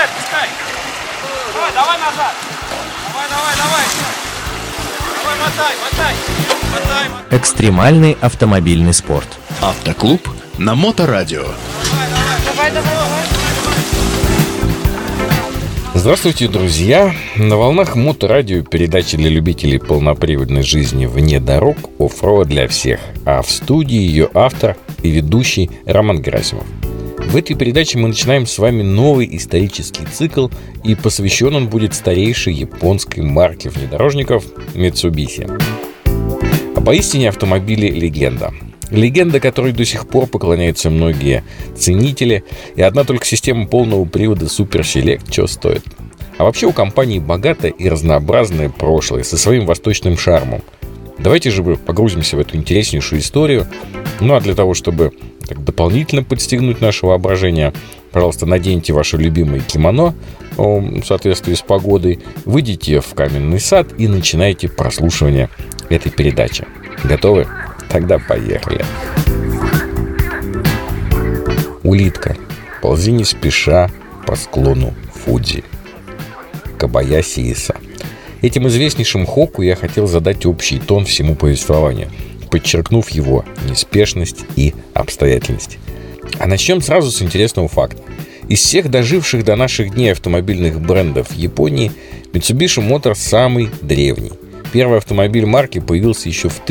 отпускай. Давай назад. Давай. Мотай. Экстремальный автомобильный спорт. Автоклуб на Моторадио. Давай. Здравствуйте, друзья! На волнах Моторадио передача для любителей полноприводной жизни вне дорог, оффроуд для всех. А в студии ее автор и ведущий Роман Герасимов. В этой передаче мы начинаем с вами новый исторический цикл, и посвящен он будет старейшей японской марке внедорожников Mitsubishi. А поистине автомобили легенда. Легенда, которой до сих пор поклоняются многие ценители, и одна только система полного привода Super Select чего стоит. А вообще у компании богатое и разнообразное прошлое со своим восточным шармом. Давайте же погрузимся в эту интереснейшую историю. Ну а для того, чтобы дополнительно подстегнуть наше воображение, пожалуйста, наденьте ваше любимое кимоно в соответствии с погодой, выйдите в каменный сад и начинайте прослушивание этой передачи. Готовы? Тогда поехали. Улитка, ползи не спеша по склону Фудзи. Кобаяси Иса. Этим известнейшим хоку я хотел задать общий тон всему повествованию, подчеркнув его неспешность и обстоятельность. А начнем сразу с интересного факта. Из всех доживших до наших дней автомобильных брендов в Японии Mitsubishi Motors самый древний. Первый автомобиль марки появился еще в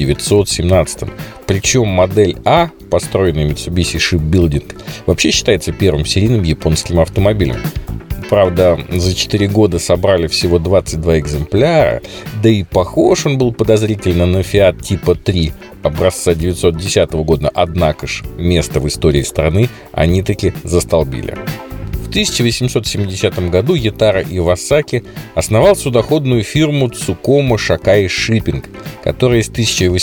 1917-м. Причем модель А, построенная Mitsubishi Shipbuilding, вообще считается первым серийным японским автомобилем. Правда, за 4 года собрали всего 22 экземпляра, да и похож он был подозрительно на Fiat типа 3 образца 1910 года, однако ж место в истории страны они таки застолбили. В 1870 году Ятаро Ивасаки основал судоходную фирму Tsukoma Shakai Shipping, которая с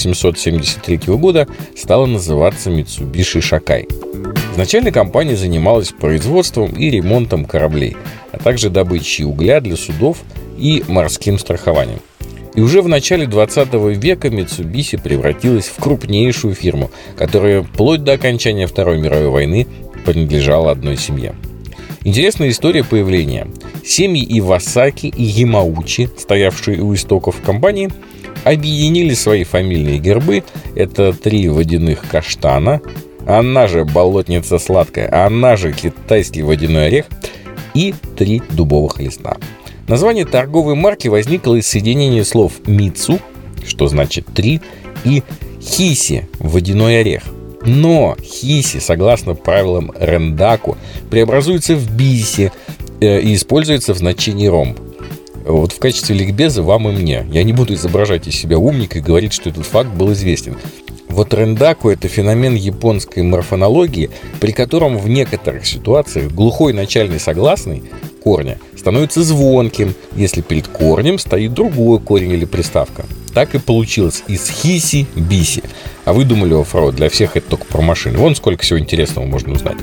1873 года стала называться Mitsubishi Shakai. Изначально компания занималась производством и ремонтом кораблей, а также добычей угля для судов и морским страхованием. И уже в начале 20 века Mitsubishi превратилась в крупнейшую фирму, которая вплоть до окончания Второй мировой войны принадлежала одной семье. Интересная история появления. Семьи Ивасаки и Ямаучи, стоявшие у истоков компании, объединили свои фамильные гербы. Это 3 водяных каштана, она же болотница сладкая, она же китайский водяной орех и 3 дубовых листа. Название торговой марки возникло из соединения слов «мицу», что значит 3, и «хиси» – водяной орех. Но хиси, согласно правилам рендаку, преобразуется в биси и используется в значении ромб. Вот в качестве ликбеза вам и мне. Я не буду изображать из себя умника и говорить, что этот факт был известен. Вот рендаку – это феномен японской морфонологии, при котором в некоторых ситуациях глухой начальный согласный корня становится звонким, если перед корнем стоит другой корень или приставка. Так и получилось из хиси биси. А вы думали, оффроуд для всех это только про машины. Вон сколько всего интересного можно узнать.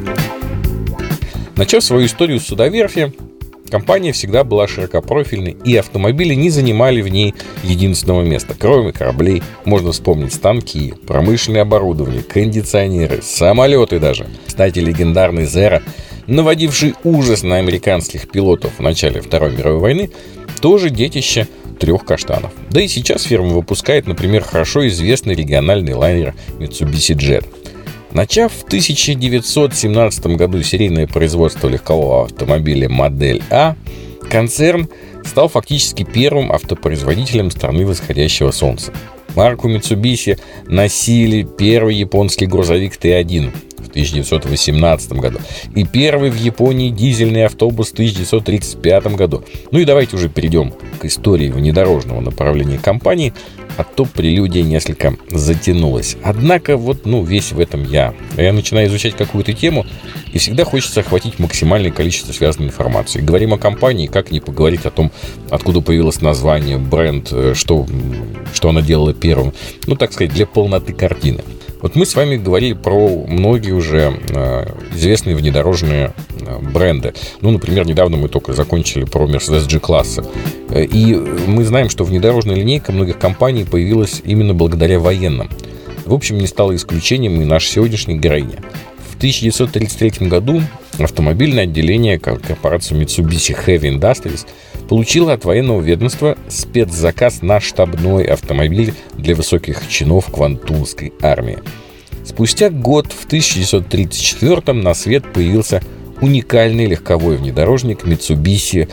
Начав свою историю с судоверфи, компания всегда была широкопрофильной, и автомобили не занимали в ней единственного места. Кроме кораблей, можно вспомнить станки, промышленное оборудование, кондиционеры, самолеты даже. Кстати, легендарный Zero, наводивший ужас на американских пилотов в начале Второй мировой войны, тоже детище 3 каштанов. Да и сейчас фирма выпускает, например, хорошо известный региональный лайнер Mitsubishi Jet. Начав в 1917 году серийное производство легкового автомобиля модель А, концерн стал фактически первым автопроизводителем страны восходящего солнца. Марку Mitsubishi носили первый японский грузовик Т1 в 1918 году и первый в Японии дизельный автобус в 1935 году. Ну и давайте уже перейдем к истории внедорожного направления компании, а то прелюдия несколько затянулась. Однако весь в этом я. Я начинаю изучать какую-то тему, и всегда хочется охватить максимальное количество связанной информации. Говорим о компании, как не поговорить о том, откуда появилось название, бренд, что она делала первым. Так сказать, для полноты картины. Вот мы с вами говорили про многие уже известные внедорожные бренды. Например, недавно мы только закончили про Mercedes G-класса. И мы знаем, что внедорожная линейка многих компаний появилась именно благодаря военным. В общем, не стало исключением и наша сегодняшняя героиня. В 1933 году Автомобильное отделение корпорации Mitsubishi Heavy Industries получило от военного ведомства спецзаказ на штабной автомобиль для высоких чинов Квантунской армии. Спустя год, в 1934-м, на свет появился уникальный легковой внедорожник Mitsubishi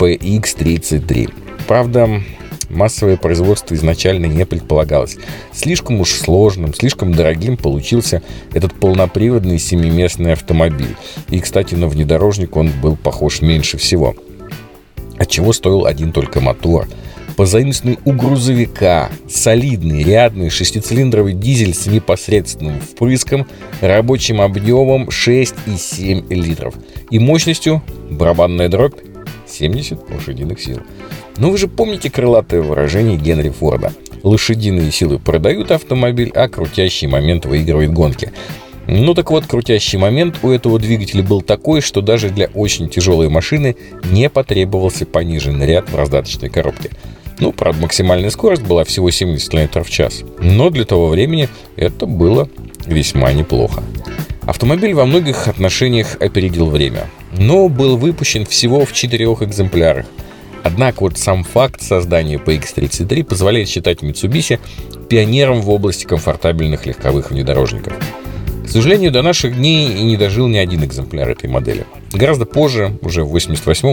PX-33. Правда, массовое производство изначально не предполагалось. Слишком уж сложным, слишком дорогим получился этот полноприводный семиместный автомобиль. И, кстати, на внедорожник он был похож меньше всего. Отчего стоил один только мотор. Позаимствованный у грузовика солидный рядный шестицилиндровый дизель с непосредственным впрыском, рабочим объемом 6,7 литров и мощностью, барабанная дробь, 70 лошадиных сил. Но вы же помните крылатое выражение Генри Форда: лошадиные силы продают автомобиль, а крутящий момент выигрывает гонки. Ну так вот, крутящий момент у этого двигателя был такой, что даже для очень тяжелой машины не потребовался пониженный ряд в раздаточной коробке. Правда, максимальная скорость была всего 70 км в час. Но для того времени это было весьма неплохо. Автомобиль во многих отношениях опередил время, но был выпущен всего в 4 экземплярах. Однако сам факт создания PX-33 позволяет считать Mitsubishi пионером в области комфортабельных легковых внедорожников. К сожалению, до наших дней и не дожил ни один экземпляр этой модели. Гораздо позже, уже в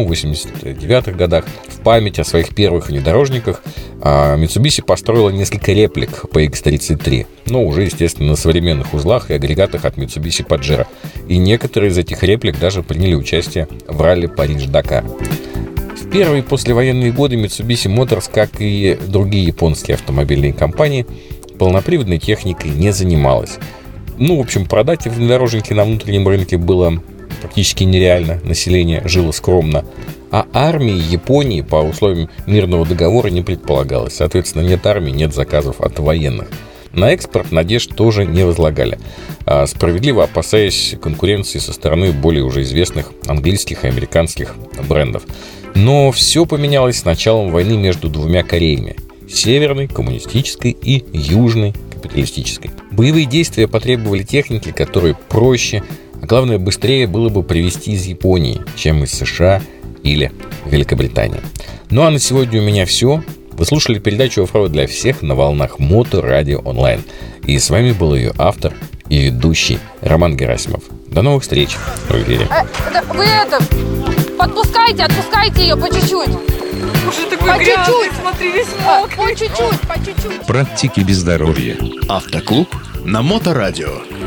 88-89 годах, в память о своих первых внедорожниках Mitsubishi построила несколько реплик PX-33, но уже, естественно, на современных узлах и агрегатах от Mitsubishi Pajero. И некоторые из этих реплик даже приняли участие в ралли Париж-Дакар. В первые послевоенные годы Mitsubishi Motors, как и другие японские автомобильные компании, полноприводной техникой не занималась. В общем, продать внедорожники на внутреннем рынке было практически нереально, население жило скромно. А армии Японии по условиям мирного договора не предполагалось. Соответственно, нет армии, нет заказов от военных. На экспорт надежд тоже не возлагали, справедливо опасаясь конкуренции со стороны более уже известных английских и американских брендов. Но все поменялось с началом войны между двумя Кореями – северной, коммунистической, и южной, капиталистической. Боевые действия потребовали техники, которые проще, а главное быстрее было бы привезти из Японии, чем из США или Великобритании. Ну а на сегодня у меня все. Вы слушали передачу «Оффроуд для всех» на волнах Моторадио Онлайн. И с вами был ее автор и ведущий Роман Герасимов. До новых встреч в эфире. Вы подпускайте, отпускайте ее по чуть-чуть. Уже такой грязный, смотри, весь мокрый. По чуть-чуть, по чуть-чуть. Практики бездоровья. Автоклуб на Моторадио.